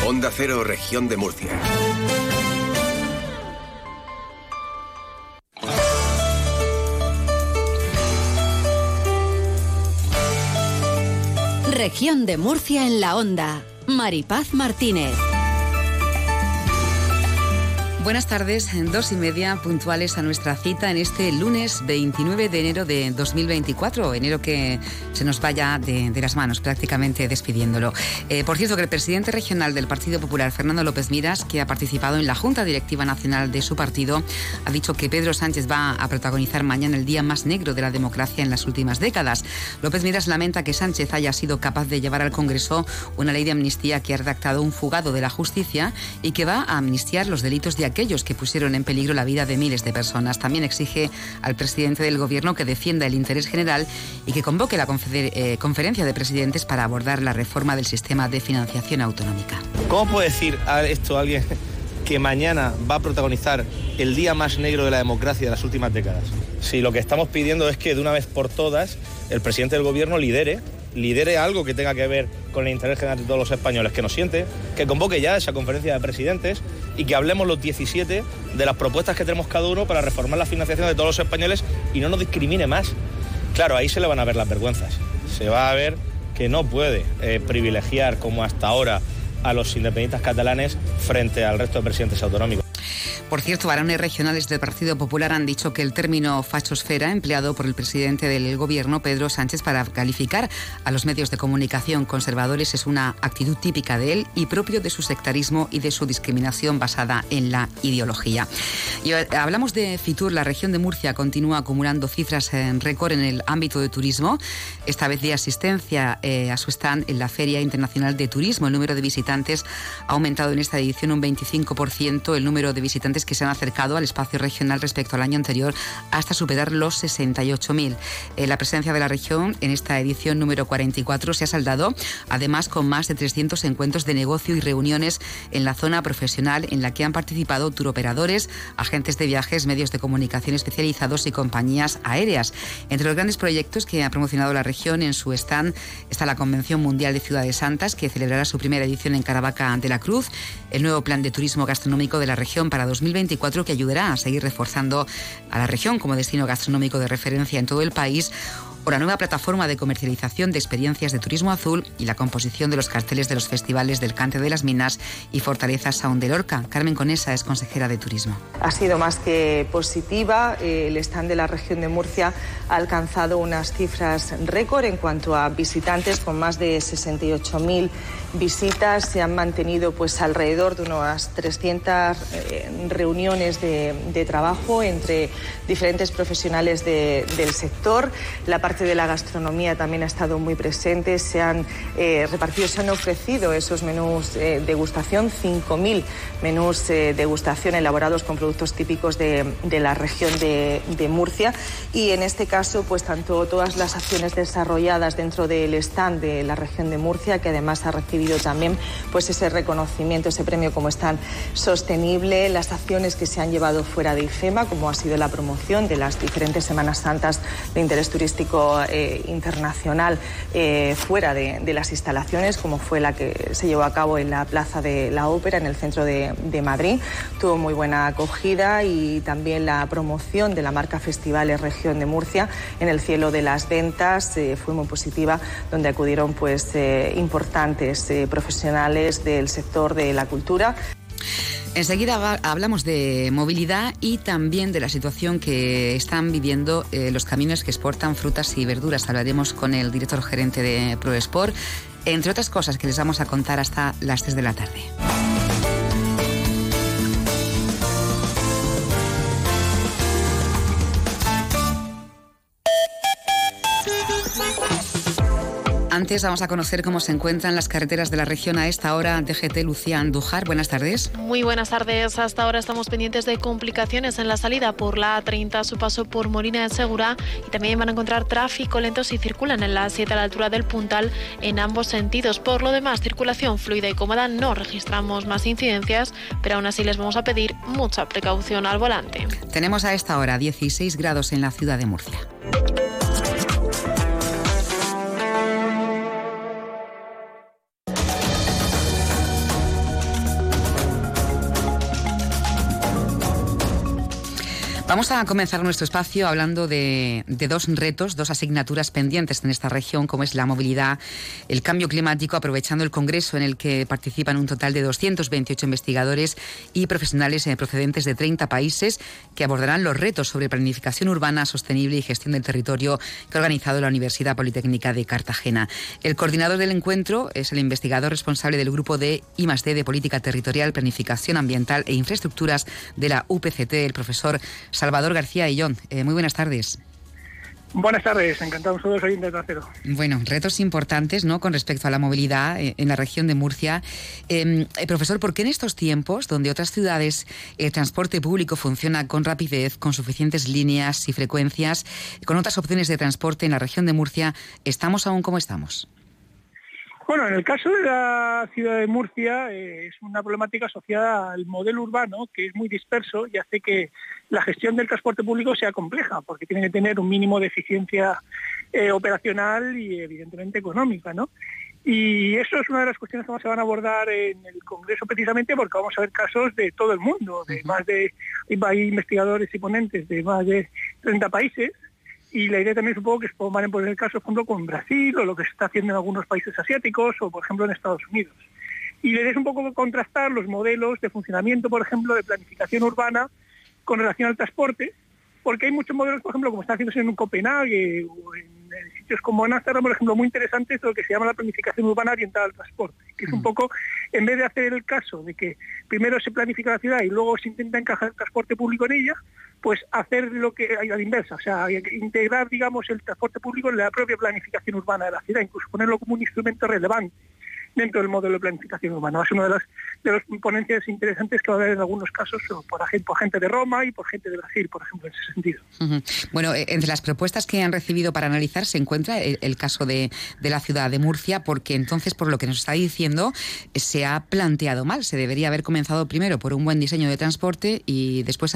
Onda Cero, Región de Murcia. Región de Murcia en la Onda. Maripaz Martínez. Buenas tardes, 2:30 puntuales a nuestra cita en este lunes 29 de enero de 2024, enero que se nos vaya de las manos, prácticamente despidiéndolo. Por cierto, que el presidente regional del Partido Popular, Fernando López Miras, que ha participado en la Junta Directiva Nacional de su partido, ha dicho que Pedro Sánchez va a protagonizar mañana el día más negro de la democracia en las últimas décadas. López Miras lamenta que Sánchez haya sido capaz de llevar al Congreso una ley de amnistía que ha redactado un fugado de la justicia y que va a amnistiar los delitos de aquellos que pusieron en peligro la vida de miles de personas. También exige al presidente del Gobierno que defienda el interés general y que convoque la conferencia de presidentes para abordar la reforma del sistema de financiación autonómica. ¿Cómo puede decir esto a alguien que mañana va a protagonizar el día más negro de la democracia de las últimas décadas? Si lo que estamos pidiendo es que de una vez por todas el presidente del Gobierno lidere algo que tenga que ver con el interés general de todos los españoles, que nos siente, que convoque ya esa conferencia de presidentes y que hablemos los 17 de las propuestas que tenemos cada uno para reformar la financiación de todos los españoles y no nos discrimine más. Claro, ahí se le van a ver las vergüenzas. Se va a ver que no puede privilegiar como hasta ahora a los independentistas catalanes frente al resto de presidentes autonómicos. Por cierto, varones regionales del Partido Popular han dicho que el término fachosfera empleado por el presidente del Gobierno, Pedro Sánchez, para calificar a los medios de comunicación conservadores es una actitud típica de él y propio de su sectarismo y de su discriminación basada en la ideología. Y hablamos de Fitur. La región de Murcia continúa acumulando cifras en récord en el ámbito de turismo, esta vez de asistencia a su stand en la Feria Internacional de Turismo. El número de visitantes ha aumentado en esta edición un 25%, el número de visitantes que se han acercado al espacio regional respecto al año anterior hasta superar los 68.000. La presencia de la región en esta edición número 44 se ha saldado además con más de 300 encuentros de negocio y reuniones en la zona profesional en la que han participado turoperadores, agentes de viajes, medios de comunicación especializados y compañías aéreas. Entre los grandes proyectos que ha promocionado la región en su stand está la Convención Mundial de Ciudades Santas, que celebrará su primera edición en Caravaca de la Cruz, el nuevo plan de turismo gastronómico de la región para 2024, que ayudará a seguir reforzando a la región como destino gastronómico de referencia en todo el país, o la nueva plataforma de comercialización de experiencias de turismo azul y la composición de los carteles de los festivales del Cante de las Minas y Fortaleza Sound de Lorca. Carmen Conesa es consejera de Turismo. Ha sido más que positiva. El stand de la región de Murcia ha alcanzado unas cifras récord en cuanto a visitantes, con más de 68.000 visitas. Se han mantenido pues alrededor de unas 300 reuniones de trabajo entre diferentes profesionales del sector. La parte de la gastronomía también ha estado muy presente. Se han repartido, se han ofrecido esos menús degustación, 5.000 menús degustación elaborados con productos típicos de la región de Murcia. Y en este caso, pues tanto todas las acciones desarrolladas dentro del stand de la región de Murcia, que además ha recibido también pues ese reconocimiento, ese premio como stand sostenible, las acciones que se han llevado fuera de IFEMA, como ha sido la promoción de las diferentes Semanas Santas de interés turístico internacional fuera de las instalaciones, como fue la que se llevó a cabo en la Plaza de la Ópera, en el centro de Madrid. Tuvo muy buena acogida, y también la promoción de la marca Festivales Región de Murcia en el cielo de las ventas fue muy positiva, donde acudieron pues importantes profesionales del sector de la cultura. Enseguida hablamos de movilidad y también de la situación que están viviendo los camiones que exportan frutas y verduras. Hablaremos con el director gerente de ProExport, entre otras cosas que les vamos a contar hasta las 3 de la tarde. Antes vamos a conocer cómo se encuentran las carreteras de la región a esta hora. DGT, Lucía Andújar, buenas tardes. Muy buenas tardes. Hasta ahora estamos pendientes de complicaciones en la salida por la A30 a su paso por Molina de Segura, y también van a encontrar tráfico lento si circulan en la A7 a la altura del Puntal en ambos sentidos. Por lo demás, circulación fluida y cómoda, no registramos más incidencias, pero aún así les vamos a pedir mucha precaución al volante. Tenemos a esta hora 16 grados en la ciudad de Murcia. Vamos a comenzar nuestro espacio hablando de dos retos, dos asignaturas pendientes en esta región, como es la movilidad, el cambio climático, aprovechando el congreso en el que participan un total de 228 investigadores y profesionales procedentes de 30 países que abordarán los retos sobre planificación urbana sostenible y gestión del territorio que ha organizado la Universidad Politécnica de Cartagena. El coordinador del encuentro es el investigador responsable del grupo de I+D de Política Territorial, Planificación Ambiental e Infraestructuras de la UPCT, el profesor Salvador García Ayllón. Muy buenas tardes. Buenas tardes, encantados todos oyentes de Acero. Bueno, retos importantes, ¿no?, con respecto a la movilidad en la región de Murcia. Profesor, ¿por qué en estos tiempos, donde otras ciudades el transporte público funciona con rapidez, con suficientes líneas y frecuencias, con otras opciones de transporte en la región de Murcia, estamos aún como estamos? Bueno, en el caso de la ciudad de Murcia es una problemática asociada al modelo urbano, que es muy disperso y hace que la gestión del transporte público sea compleja, porque tiene que tener un mínimo de eficiencia operacional y evidentemente económica, ¿no? Y eso es una de las cuestiones que más se van a abordar en el Congreso, precisamente porque vamos a ver casos de todo el mundo, hay investigadores y ponentes de más de 30 países. Y la idea también supongo que es van a poner casos, por ejemplo, con Brasil o lo que se está haciendo en algunos países asiáticos o, por ejemplo, en Estados Unidos. Y la idea es un poco contrastar los modelos de funcionamiento, por ejemplo, de planificación urbana con relación al transporte, porque hay muchos modelos, por ejemplo, como está haciéndose en Copenhague o en sitios como en Ámsterdam, por ejemplo, muy interesantes, lo que se llama la planificación urbana orientada al transporte, que es un poco, en vez de hacer el caso de que primero se planifica la ciudad y luego se intenta encajar el transporte público en ella, pues hacer lo que hay a la inversa, o sea, integrar, digamos, el transporte público en la propia planificación urbana de la ciudad, incluso ponerlo como un instrumento relevante dentro del modelo de planificación urbana. Es una de las ponencias interesantes que va a haber en algunos casos por gente de Roma y por gente de Brasil, por ejemplo, en ese sentido. Bueno, entre las propuestas que han recibido para analizar se encuentra el caso de la ciudad de Murcia, porque entonces, por lo que nos está diciendo, se ha planteado mal. Se debería haber comenzado primero por un buen diseño de transporte y después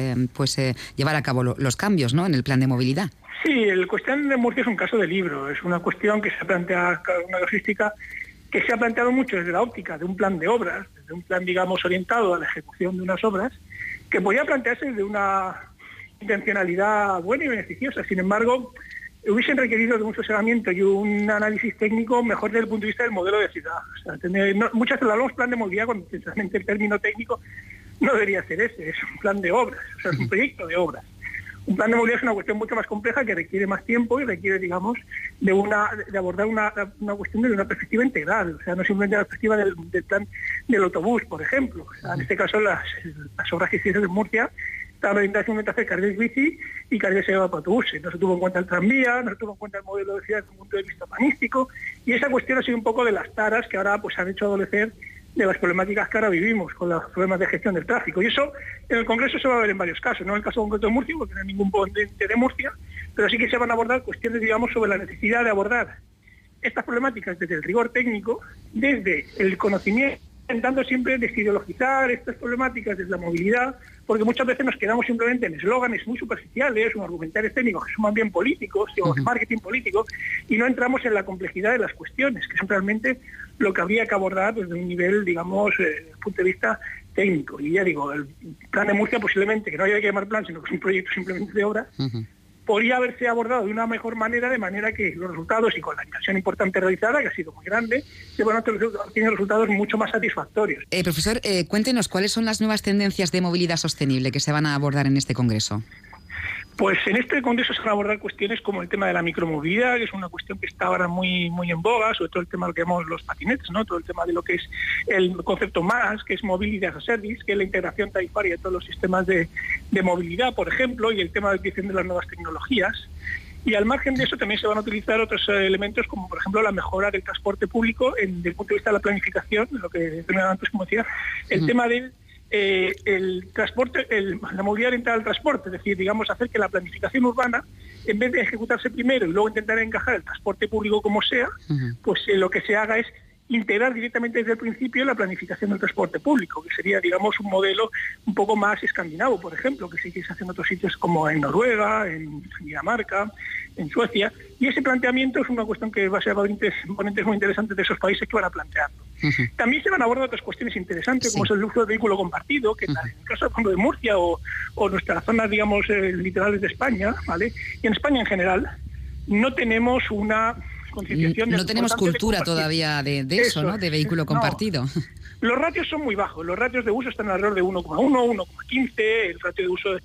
llevar a cabo los cambios, ¿no?, en el plan de movilidad. Sí, la cuestión de Murcia es un caso de libro. Es una cuestión que se plantea, una logística que se ha planteado mucho desde la óptica de un plan de obras, desde un plan, digamos, orientado a la ejecución de unas obras, que podía plantearse desde una intencionalidad buena y beneficiosa. Sin embargo, hubiesen requerido de un asesoramiento y un análisis técnico mejor desde el punto de vista del modelo de ciudad. O sea, muchas veces hablamos plan de movilidad cuando precisamente el término técnico no debería ser ese, es un plan de obras, o sea, es un proyecto de obras. Un plan de movilidad es una cuestión mucho más compleja que requiere más tiempo y requiere, digamos, de abordar una cuestión desde una perspectiva integral, o sea, no simplemente la perspectiva del plan del autobús, por ejemplo. O sea, en este caso, las obras que se hicieron en Murcia estaban orientadas simplemente a hacer carriles bici y carriles para autobuses. No se tuvo en cuenta el tranvía, no se tuvo en cuenta el modelo de ciudad desde un punto de vista urbanístico, y esa cuestión ha sido un poco de las taras que ahora pues han hecho adolecer de las problemáticas que ahora vivimos con los problemas de gestión del tráfico. Y eso en el Congreso se va a ver en varios casos, no en el caso concreto de Murcia, porque no hay ningún ponente de Murcia, pero sí que se van a abordar cuestiones, digamos, sobre la necesidad de abordar estas problemáticas desde el rigor técnico, desde el conocimiento, intentando siempre desideologizar estas problemáticas desde la movilidad, porque muchas veces nos quedamos simplemente en eslóganes muy superficiales o argumentarios técnicos que son más bien políticos o marketing político, y no entramos en la complejidad de las cuestiones, que son realmente lo que habría que abordar desde un nivel, digamos, desde el punto de vista técnico. Y ya digo, el plan de Murcia posiblemente, que no haya que llamar plan, sino que es un proyecto simplemente de obras, podría haberse abordado de una mejor manera, de manera que los resultados, y con la inversión importante realizada, que ha sido muy grande, se van a obtener resultados mucho más satisfactorios. Profesor, cuéntenos cuáles son las nuevas tendencias de movilidad sostenible que se van a abordar en este congreso. Pues en este congreso se van a abordar cuestiones como el tema de la micromovilidad, que es una cuestión que está ahora muy en boga, sobre todo el tema de lo que llamamos los patinetes, ¿no? Todo el tema de lo que es el concepto MaaS, que es Mobility as a Service, que es la integración tarifaria de todos los sistemas de movilidad, por ejemplo, y el tema de la utilización de las nuevas tecnologías. Y al margen de eso también se van a utilizar otros elementos como, por ejemplo, la mejora del transporte público desde el punto de vista de la planificación, lo que antes, como decía, el tema del el transporte, la movilidad orientada al transporte, es decir, digamos, hacer que la planificación urbana, en vez de ejecutarse primero y luego intentar encajar el transporte público como sea, pues lo que se haga es integrar directamente desde el principio la planificación del transporte público, que sería, digamos, un modelo un poco más escandinavo, por ejemplo, que sí que se hace en otros sitios como en Noruega, en Dinamarca, en Suecia, y ese planteamiento es una cuestión que va a ser componentes muy interesantes de esos países que van a plantearlo. También se van a abordar otras cuestiones interesantes, como es el uso del vehículo compartido, que en el caso de Murcia o nuestras zonas, digamos, litorales de España, ¿vale? Y en España en general, no tenemos una concienciación... No tenemos cultura todavía de eso, ¿no? De vehículo compartido. Los ratios son muy bajos, los ratios de uso están alrededor de 1,1, 1,15, el ratio de uso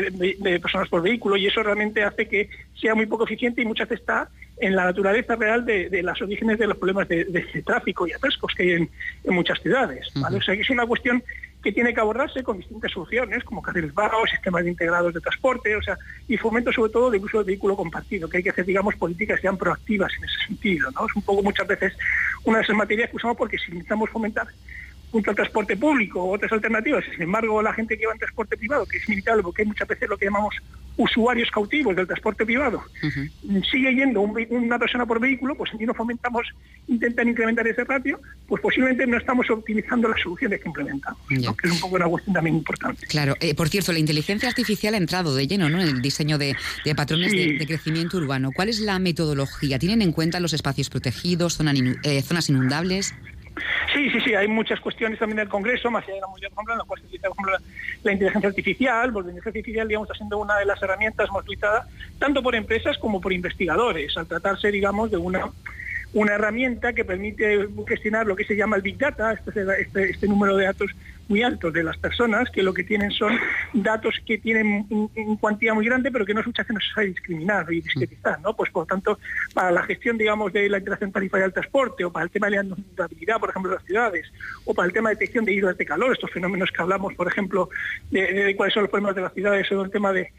de personas por vehículo, y eso realmente hace que sea muy poco eficiente y muchas veces está en la naturaleza real de los orígenes de los problemas de tráfico y atascos que hay en muchas ciudades, ¿vale? O sea, que es una cuestión que tiene que abordarse con distintas soluciones, como carriles vagos, sistemas integrados de transporte, o sea, y fomento sobre todo del uso del vehículo compartido, que hay que hacer, digamos, políticas que sean proactivas en ese sentido, ¿no? Es un poco muchas veces una de esas materias que usamos porque si intentamos fomentar junto al transporte público o otras alternativas, sin embargo la gente que va en transporte privado, que es limitable porque hay muchas veces lo que llamamos usuarios cautivos del transporte privado, sigue yendo una persona por vehículo, pues si no fomentamos, intentan incrementar ese ratio, pues posiblemente no estamos optimizando las soluciones que implementamos, ¿no? Que es un poco una cuestión también importante. Claro, por cierto, la inteligencia artificial ha entrado de lleno, ¿no?, en el diseño de patrones de crecimiento urbano. ¿Cuál es la metodología? ¿Tienen en cuenta los espacios protegidos, zonas inundables? Sí, hay muchas cuestiones también del Congreso, más allá de la movilidad, por ejemplo, en la cual se utiliza, por ejemplo, la inteligencia artificial, porque la inteligencia artificial, digamos, está siendo una de las herramientas más utilizadas tanto por empresas como por investigadores, al tratarse, digamos, de una herramienta que permite gestionar lo que se llama el Big Data, este número de datos muy altos de las personas, que lo que tienen son datos que tienen una cuantía muy grande, pero que no muchas veces no se sabe discriminar y discretizar, ¿no? Pues por tanto, para la gestión, digamos, de la interacción tarifaria del transporte, o para el tema de la inundabilidad, por ejemplo, de las ciudades, o para el tema de detección de islas de calor, estos fenómenos que hablamos, por ejemplo, de cuáles son los problemas de las ciudades, o el tema de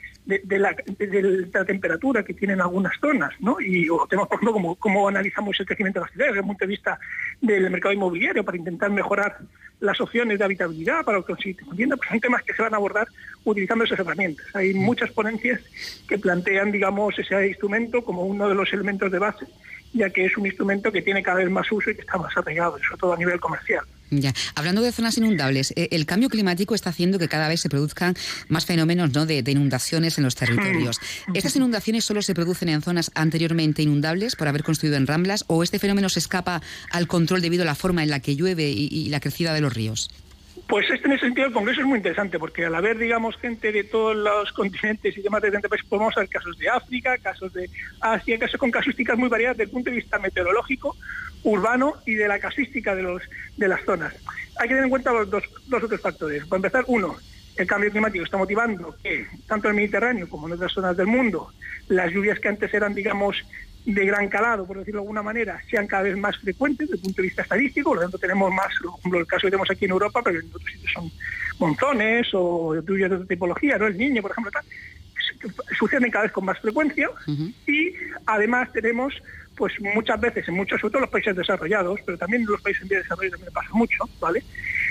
la temperatura que tienen algunas zonas, ¿no? O temas, por ejemplo, cómo analizamos el crecimiento de las ciudades desde el punto de vista del mercado inmobiliario para intentar mejorar las opciones de habitabilidad para conseguir vivienda, pues son temas que se van a abordar utilizando esas herramientas. Hay muchas ponencias que plantean, digamos, ese instrumento como uno de los elementos de base, ya que es un instrumento que tiene cada vez más uso y que está más arraigado, sobre todo a nivel comercial. Ya. Hablando de zonas inundables, el cambio climático está haciendo que cada vez se produzcan más fenómenos, ¿no?, de inundaciones en los territorios. ¿Estas inundaciones solo se producen en zonas anteriormente inundables por haber construido en ramblas, o este fenómeno se escapa al control debido a la forma en la que llueve y la crecida de los ríos? Pues en ese sentido el Congreso es muy interesante, porque al haber, digamos, gente de todos los continentes y demás de diferentes países, podemos ver casos de África, casos de Asia, casos con casuísticas muy variadas desde el punto de vista meteorológico, urbano y de la casuística de las zonas. Hay que tener en cuenta los dos otros factores. Para empezar, uno, el cambio climático está motivando que, tanto en el Mediterráneo como en otras zonas del mundo, las lluvias que antes eran, digamos, de gran calado, por decirlo de alguna manera, sean cada vez más frecuentes desde el punto de vista estadístico. Por lo tanto tenemos más, por ejemplo, el caso que tenemos aquí en Europa, pero en otros sitios son monzones o lluvias de otra tipología, ¿no? El Niño, por ejemplo, suceden cada vez con más frecuencia. Y además tenemos, pues muchas veces, sobre todo en los países desarrollados, pero también en los países en vía de desarrollo también pasa mucho, ¿vale?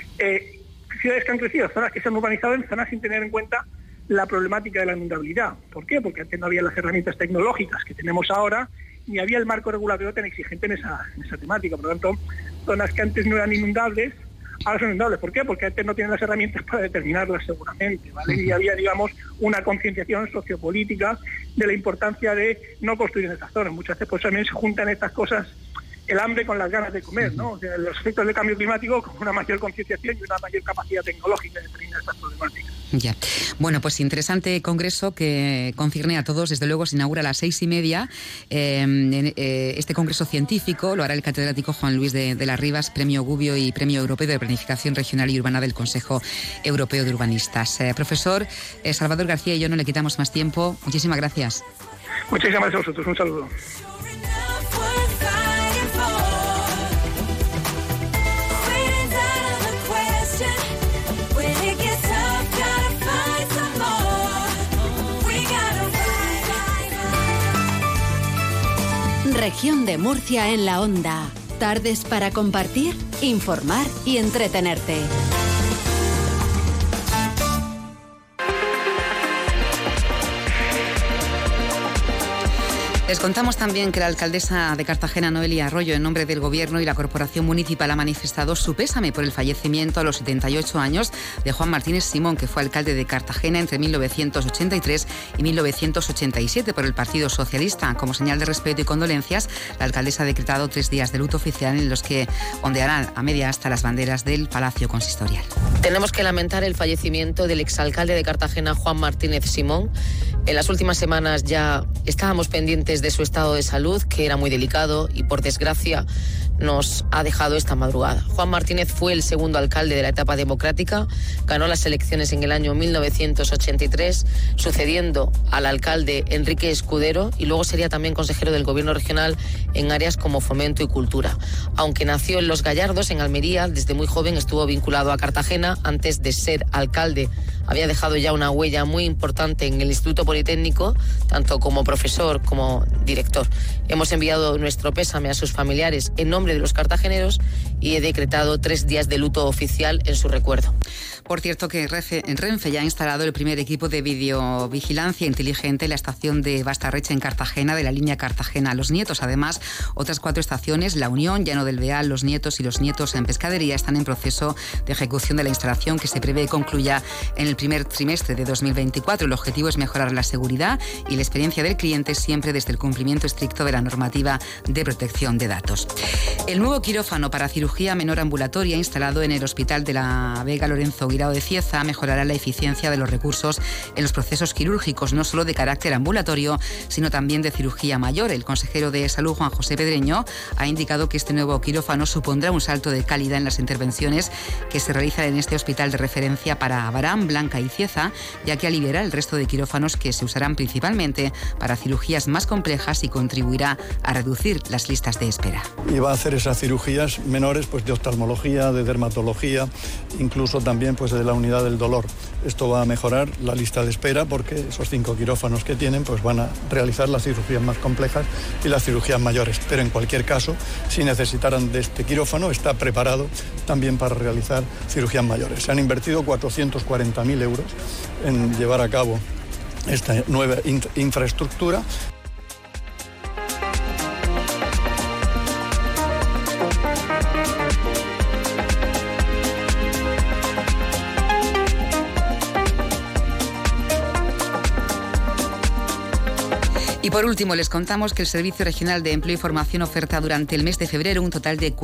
Ciudades que han crecido, zonas que se han urbanizado en zonas sin tener en cuenta la problemática de la inundabilidad. ¿Por qué? Porque antes no había las herramientas tecnológicas que tenemos ahora, ni había el marco regulatorio tan exigente en esa temática. Por lo tanto, zonas que antes no eran inundables, ahora son inundables. ¿Por qué? Porque antes no tienen las herramientas para determinarlas seguramente, ¿vale? Y había, digamos, una concienciación sociopolítica de la importancia de no construir en estas zonas. Muchas veces pues también se juntan estas cosas, el hambre con las ganas de comer, ¿no? O sea, los efectos del cambio climático con una mayor concienciación y una mayor capacidad tecnológica de determinar estas problemáticas. Ya. Bueno, pues interesante congreso que concierne a todos. Desde luego se inaugura a las 6:30. Este congreso científico lo hará el catedrático Juan Luis de las Rivas, Premio Gubbio y Premio Europeo de Planificación Regional y Urbana del Consejo Europeo de Urbanistas. Profesor Salvador García y yo no le quitamos más tiempo. Muchísimas gracias. Muchísimas gracias a vosotros. Un saludo. Región de Murcia en la onda. Tardes para compartir, informar y entretenerte. Les contamos también que la alcaldesa de Cartagena, Noelia Arroyo, en nombre del Gobierno y la Corporación Municipal, ha manifestado su pésame por el fallecimiento a los 78 años de Juan Martínez Simón, que fue alcalde de Cartagena entre 1983 y 1987 por el Partido Socialista. Como señal de respeto y condolencias, la alcaldesa ha decretado 3 días de luto oficial en los que ondearán a media asta las banderas del Palacio Consistorial. Tenemos que lamentar el fallecimiento del exalcalde de Cartagena, Juan Martínez Simón. En las últimas semanas ya estábamos pendientes de su estado de salud, que era muy delicado, y por desgracia nos ha dejado esta madrugada. Juan Martínez fue el segundo alcalde de la etapa democrática, ganó las elecciones en el año 1983, sucediendo al alcalde Enrique Escudero, y luego sería también consejero del Gobierno regional en áreas como fomento y cultura. Aunque nació en Los Gallardos, en Almería, desde muy joven estuvo vinculado a Cartagena. Antes de ser alcalde había dejado ya una huella muy importante en el Instituto Politécnico, tanto como profesor como director. Hemos enviado nuestro pésame a sus familiares en nombre de los cartageneros y he decretado 3 días de luto oficial en su recuerdo. Por cierto, que Renfe ya ha instalado el primer equipo de videovigilancia inteligente en la estación de Bastarreche en Cartagena, de la línea Cartagena-Los Nietos. Además, otras 4 estaciones, La Unión, Llano del Beal, Los Nietos y Los Nietos en Pescadería, están en proceso de ejecución de la instalación, que se prevé concluya en el primer trimestre de 2024. El objetivo es mejorar la seguridad y la experiencia del cliente, siempre desde el cumplimiento estricto de la normativa de protección de datos. El nuevo quirófano para cirugía menor ambulatoria instalado en el Hospital de la Vega Lorenzo Guirao de Cieza mejorará la eficiencia de los recursos en los procesos quirúrgicos, no solo de carácter ambulatorio, sino también de cirugía mayor. El consejero de Salud, Juan José Pedreño, ha indicado que este nuevo quirófano supondrá un salto de calidad en las intervenciones que se realizan en este hospital de referencia para Barán, Blanca y Cieza, ya que aliviará el resto de quirófanos que se usarán principalmente para cirugías más complejas y contribuirá a reducir las listas de espera. Y va a hacer esas cirugías menores, pues de oftalmología, de dermatología, incluso también pues de la unidad del dolor. Esto va a mejorar la lista de espera, porque esos 5 quirófanos que tienen pues van a realizar las cirugías más complejas y las cirugías mayores. Pero en cualquier caso, si necesitaran de este quirófano, está preparado también para realizar cirugías mayores. Se han invertido 440.000 euros en llevar a cabo esta nueva infraestructura. Y por último, les contamos que el Servicio Regional de Empleo y Formación oferta durante el mes de febrero un total de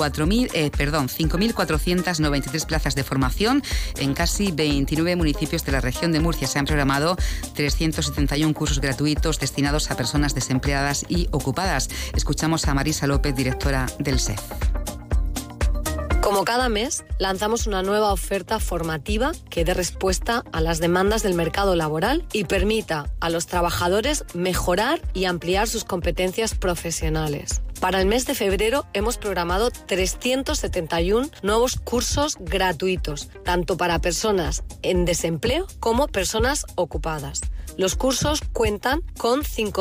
5.493 plazas de formación en casi 29 municipios de la región de Murcia. Se han programado 371 cursos gratuitos destinados a personas desempleadas y ocupadas. Escuchamos a Marisa López, directora del SEF. Como cada mes, lanzamos una nueva oferta formativa que dé respuesta a las demandas del mercado laboral y permita a los trabajadores mejorar y ampliar sus competencias profesionales. Para el mes de febrero hemos programado 371 nuevos cursos gratuitos, tanto para personas en desempleo como personas ocupadas. Los cursos cuentan con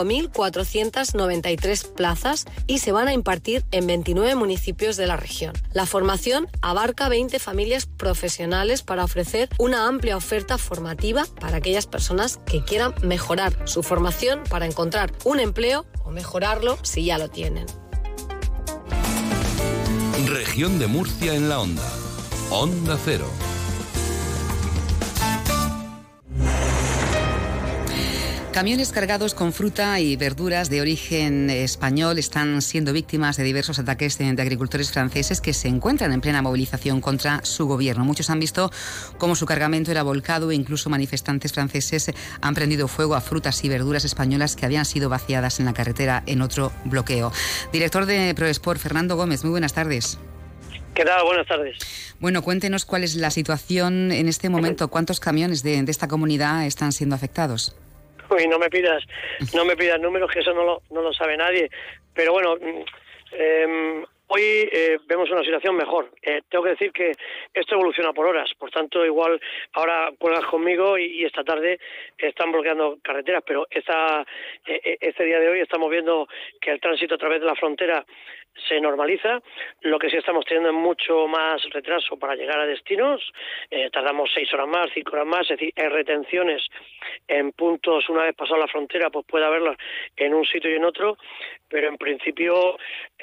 5.493 plazas y se van a impartir en 29 municipios de la región. La formación abarca 20 familias profesionales para ofrecer una amplia oferta formativa para aquellas personas que quieran mejorar su formación para encontrar un empleo o mejorarlo si ya lo tienen. Región de Murcia en la Onda. Onda Cero. Camiones cargados con fruta y verduras de origen español están siendo víctimas de diversos ataques de agricultores franceses que se encuentran en plena movilización contra su gobierno. Muchos han visto cómo su cargamento era volcado e incluso manifestantes franceses han prendido fuego a frutas y verduras españolas que habían sido vaciadas en la carretera en otro bloqueo. Director de ProExport, Fernando Gómez, muy buenas tardes. ¿Qué tal? Buenas tardes. Bueno, cuéntenos cuál es la situación en este momento. ¿Cuántos camiones de esta comunidad están siendo afectados? Uy, no me pidas números, que eso no lo sabe nadie. Pero bueno, Hoy vemos una situación mejor. Tengo que decir que esto evoluciona por horas, por tanto, igual ahora cuelgas conmigo y esta tarde están bloqueando carreteras, pero este día de hoy estamos viendo que el tránsito a través de la frontera se normaliza. Lo que sí estamos teniendo es mucho más retraso para llegar a destinos. Tardamos 6 horas más, 5 horas más, es decir, hay retenciones en puntos. Una vez pasado la frontera, pues puede haberlas en un sitio y en otro, pero en principio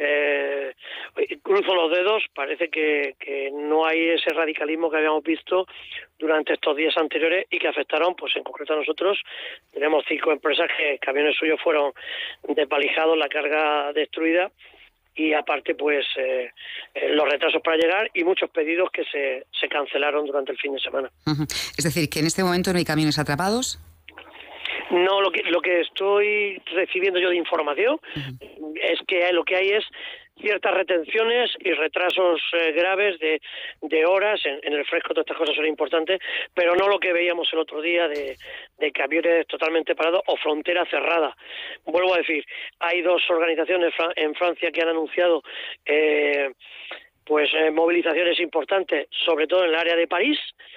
cruzo los dedos, parece que no hay ese radicalismo que habíamos visto durante estos días anteriores y que afectaron, pues en concreto a nosotros. Tenemos 5 empresas que camiones suyos fueron desvalijados, la carga destruida, y aparte pues los retrasos para llegar y muchos pedidos que se cancelaron durante el fin de semana. Es decir, que en este momento no hay camiones atrapados. No, lo que estoy recibiendo yo de información es que lo que hay es ciertas retenciones y retrasos graves de horas. En el fresco todas estas cosas son importantes, pero no lo que veíamos el otro día de camiones totalmente parados o frontera cerrada. Vuelvo a decir, hay 2 organizaciones en Francia que han anunciado movilizaciones importantes, sobre todo en el área de París.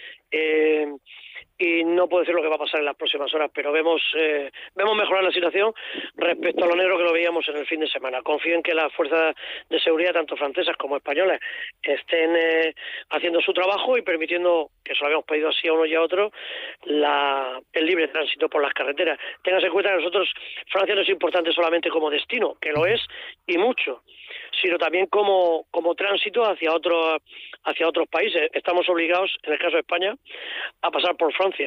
Y no puedo decir lo que va a pasar en las próximas horas, pero vemos mejorar la situación respecto a lo negro que lo veíamos en el fin de semana. Confío en que las fuerzas de seguridad, tanto francesas como españolas, estén haciendo su trabajo y permitiendo, que se lo habíamos pedido así a uno y a otro, el libre tránsito por las carreteras. Ténganse en cuenta que nosotros, Francia no es importante solamente como destino, que lo es y mucho, sino también como tránsito hacia otros países. Estamos obligados, en el caso de España, a pasar por Francia.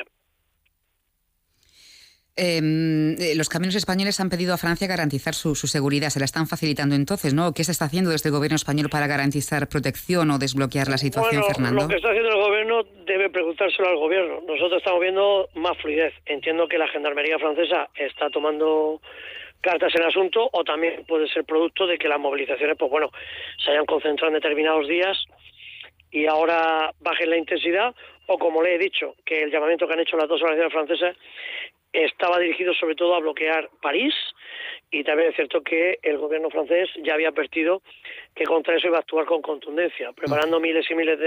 Los camiones españoles han pedido a Francia garantizar su seguridad. Se la están facilitando entonces, ¿no? ¿Qué se está haciendo desde el gobierno español para garantizar protección o desbloquear la situación, Fernando? Lo que está haciendo el gobierno debe preguntárselo al gobierno. Nosotros estamos viendo más fluidez. Entiendo que la Gendarmería francesa está tomando cartas en el asunto, o también puede ser producto de que las movilizaciones se hayan concentrado en determinados días y ahora bajen la intensidad, o como le he dicho, que el llamamiento que han hecho las 2 organizaciones francesas estaba dirigido sobre todo a bloquear París, y también es cierto que el gobierno francés ya había advertido que contra eso iba a actuar con contundencia, preparando miles y miles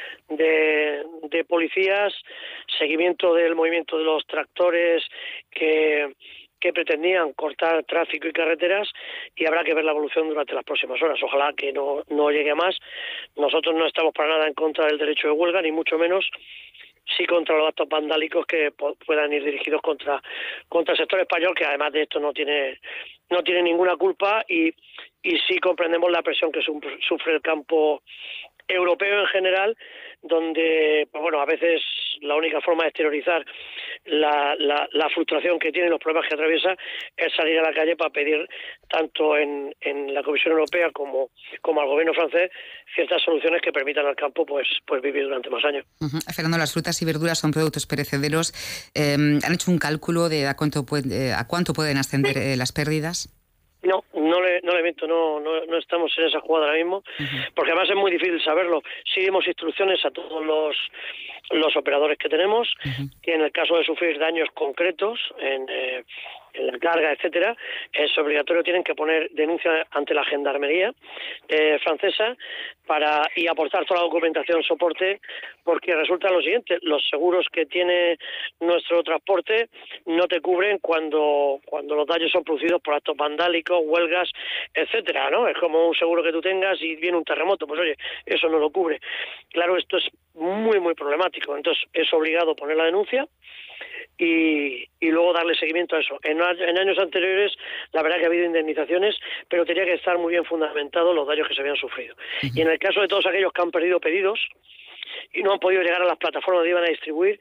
de policías, seguimiento del movimiento de los tractores que pretendían cortar tráfico y carreteras, y habrá que ver la evolución durante las próximas horas. Ojalá que no llegue a más. Nosotros no estamos para nada en contra del derecho de huelga, ni mucho menos, sí contra los actos vandálicos que puedan ir dirigidos contra el sector español, que además de esto no tiene ninguna culpa, y sí comprendemos la presión que sufre el campo europeo en general, donde a veces la única forma de exteriorizar la frustración que tiene, los problemas que atraviesa, es salir a la calle para pedir tanto en la Comisión Europea como al gobierno francés ciertas soluciones que permitan al campo pues vivir durante más años. Fernando, las frutas y verduras son productos perecederos. ¿Han hecho un cálculo de a cuánto pueden ascender las pérdidas? No le miento, no estamos en esa jugada ahora mismo, porque además es muy difícil saberlo. Seguimos instrucciones a todos los operadores que tenemos, que en el caso de sufrir daños concretos en la carga, etcétera, es obligatorio, tienen que poner denuncia ante la Gendarmería francesa y aportar toda la documentación, soporte, porque resulta lo siguiente: los seguros que tiene nuestro transporte no te cubren cuando los daños son producidos por actos vandálicos, huelgas, etcétera, ¿no? Es como un seguro que tú tengas y viene un terremoto, pues oye, eso no lo cubre. Claro, esto es muy, muy problemático. Entonces es obligado poner la denuncia y luego darle seguimiento a eso. En años anteriores, la verdad que ha habido indemnizaciones, pero tenía que estar muy bien fundamentados los daños que se habían sufrido. Y en el caso de todos aquellos que han perdido pedidos y no han podido llegar a las plataformas donde iban a distribuir,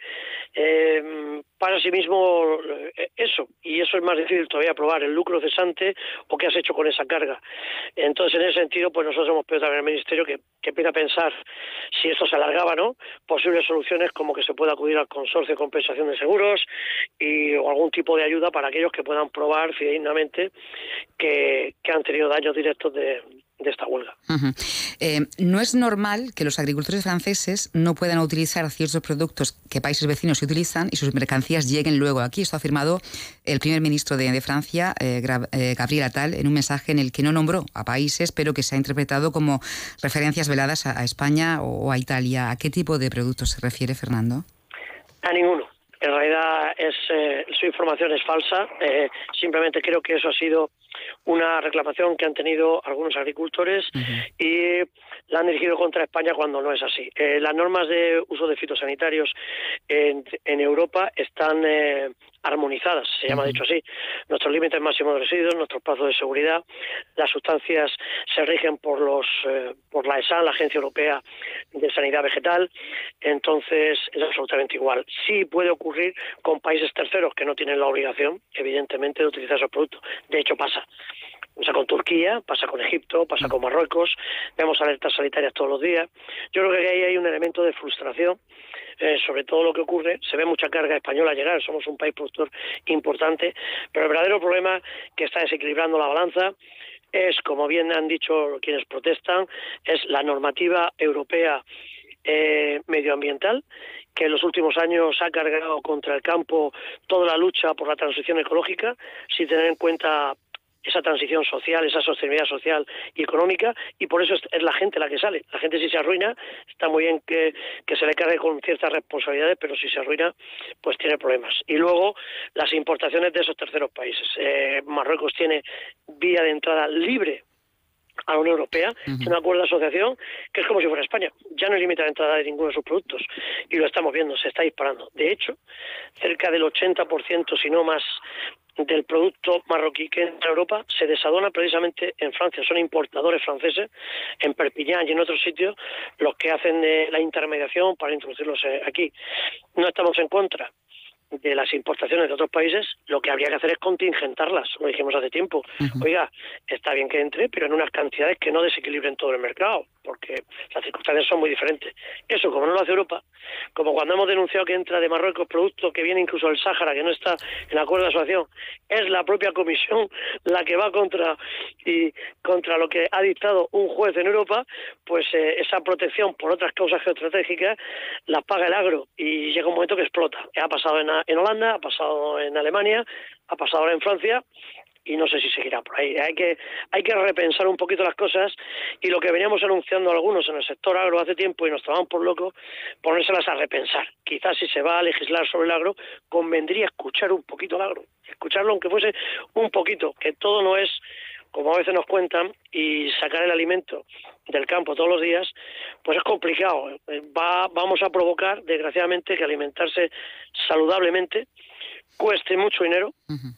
para sí mismo eso, y eso es más difícil todavía probar, el lucro cesante o qué has hecho con esa carga. Entonces, en ese sentido, pues nosotros hemos pedido también al Ministerio que empiece a pensar, si esto se alargaba, ¿no?, posibles soluciones, como que se pueda acudir al consorcio de compensación de seguros o algún tipo de ayuda para aquellos que puedan probar fidedignamente que han tenido daños directos de esta huelga. huelga. No es normal que los agricultores franceses no puedan utilizar ciertos productos que países vecinos se utilizan y sus mercancías lleguen luego aquí. Esto ha afirmado el primer ministro de Francia, Gabriel Attal, en un mensaje en el que no nombró a países, pero que se ha interpretado como referencias veladas a España o a Italia. ¿A qué tipo de productos se refiere, Fernando? A ninguno. En realidad su información es falsa. Simplemente creo que eso ha sido una reclamación que han tenido algunos agricultores y la han dirigido contra España cuando no es así. Las normas de uso de fitosanitarios en Europa están armonizadas, se llama dicho así. Nuestros límites máximos de residuos, nuestros plazos de seguridad, las sustancias se rigen por la ESA, la Agencia Europea de Sanidad Vegetal, entonces es absolutamente igual. Sí puede ocurrir con países terceros que no tienen la obligación, evidentemente, de utilizar esos productos. De hecho pasa con Turquía, pasa con Egipto, pasa con Marruecos, vemos alertas sanitarias todos los días. Yo creo que ahí hay un elemento de frustración sobre todo lo que ocurre. Se ve mucha carga española llegar, somos un país productor importante, pero el verdadero problema que está desequilibrando la balanza es, como bien han dicho quienes protestan, es la normativa europea medioambiental, que en los últimos años ha cargado contra el campo toda la lucha por la transición ecológica, sin tener en cuenta esa transición social, esa sostenibilidad social y económica, y por eso es la gente la que sale. La gente, si se arruina, está muy bien que se le cargue con ciertas responsabilidades, pero si se arruina, pues tiene problemas. Y luego, las importaciones de esos terceros países. Marruecos tiene vía de entrada libre a la Unión Europea, tiene un acuerdo de asociación que es como si fuera España. Ya no limita la entrada de ninguno de sus productos, y lo estamos viendo, se está disparando. De hecho, cerca del 80%, si no más, del producto marroquí que entra a Europa se desadona precisamente en Francia. Son importadores franceses, en Perpiñán y en otros sitios, los que hacen la intermediación para introducirlos aquí. No estamos en contra de las importaciones de otros países, lo que habría que hacer es contingentarlas, lo dijimos hace tiempo. Oiga, está bien que entre, pero en unas cantidades que no desequilibren todo el mercado, porque las circunstancias son muy diferentes. Eso, como no lo hace Europa, como cuando hemos denunciado que entra de Marruecos producto que viene incluso del Sáhara, que no está en acuerdo de asociación, es la propia Comisión la que va contra lo que ha dictado un juez en Europa, pues esa protección por otras causas geoestratégicas las paga el agro, y llega un momento que explota. Ha pasado en Holanda, ha pasado en Alemania, ha pasado ahora en Francia, y no sé si seguirá por ahí. Hay que repensar un poquito las cosas, y lo que veníamos anunciando algunos en el sector agro hace tiempo y nos tomaban por locos, ponérselas a repensar. Quizás si se va a legislar sobre el agro, convendría escuchar un poquito el agro, escucharlo aunque fuese un poquito, que todo no es como a veces nos cuentan, y sacar el alimento del campo todos los días, pues es complicado. Vamos a provocar, desgraciadamente, que alimentarse saludablemente cueste mucho dinero,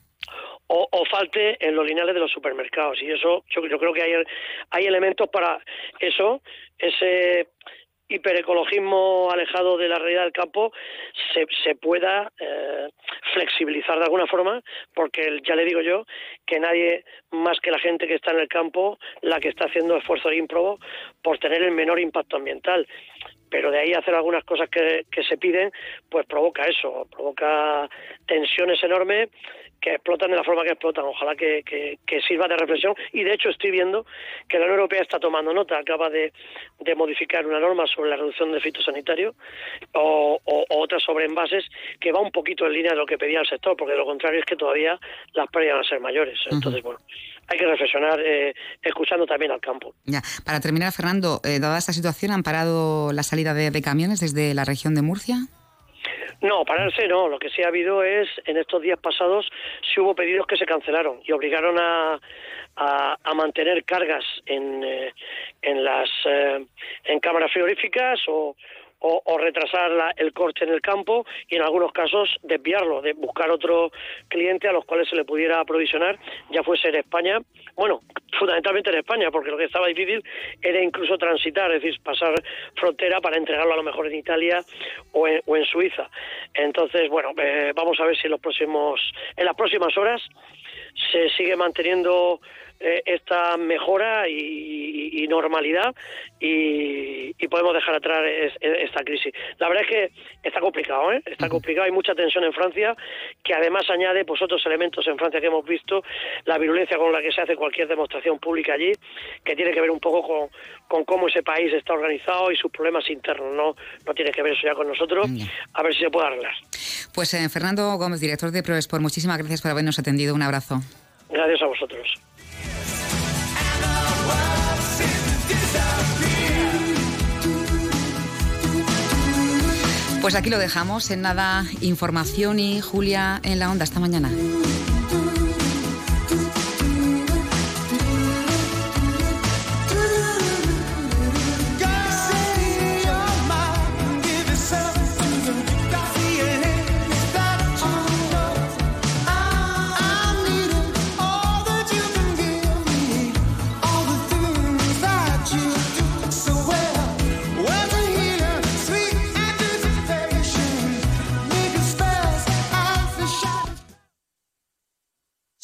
o falte en los lineales de los supermercados, y eso yo creo que hay elementos para eso. Ese hiperecologismo alejado de la realidad del campo se pueda flexibilizar de alguna forma, porque ya le digo yo que nadie más que la gente que está en el campo la que está haciendo esfuerzo ímprobo por tener el menor impacto ambiental. Pero de ahí hacer algunas cosas que se piden, pues provoca eso, provoca tensiones enormes que explotan de la forma que explotan. Ojalá que sirva de reflexión, y de hecho estoy viendo que la Unión Europea está tomando nota, acaba de modificar una norma sobre la reducción de fitosanitarios o otras sobre envases, que va un poquito en línea de lo que pedía el sector, porque de lo contrario es que todavía las pérdidas van a ser mayores. Entonces, bueno, hay que reflexionar escuchando también al campo. Ya. Para terminar, Fernando, dada esta situación, ¿han parado la salida de camiones desde la región de Murcia? No, pararse no. Lo que sí ha habido es, en estos días pasados, sí hubo pedidos que se cancelaron y obligaron a mantener cargas en cámaras frigoríficas o retrasar el corte en el campo, y en algunos casos desviarlo, de buscar otro cliente a los cuales se le pudiera aprovisionar, ya fuese en España, bueno, fundamentalmente en España, porque lo que estaba difícil era incluso transitar, es decir, pasar frontera para entregarlo a lo mejor en Italia o en Suiza. Entonces, bueno, vamos a ver si en las próximas horas se sigue manteniendo esta mejora y normalidad y podemos dejar atrás esta crisis. La verdad es que está complicado, está complicado, hay mucha tensión en Francia, que además añade pues otros elementos en Francia que hemos visto, la virulencia con la que se hace cualquier demostración pública allí, que tiene que ver un poco con cómo ese país está organizado y sus problemas internos, no tiene que ver eso ya con nosotros, a ver si se puede arreglar. Pues Fernando Gómez, director de ProSport, muchísimas gracias por habernos atendido, un abrazo. Gracias a vosotros. Pues aquí lo dejamos. En nada, información y Julia en la Onda. Hasta mañana.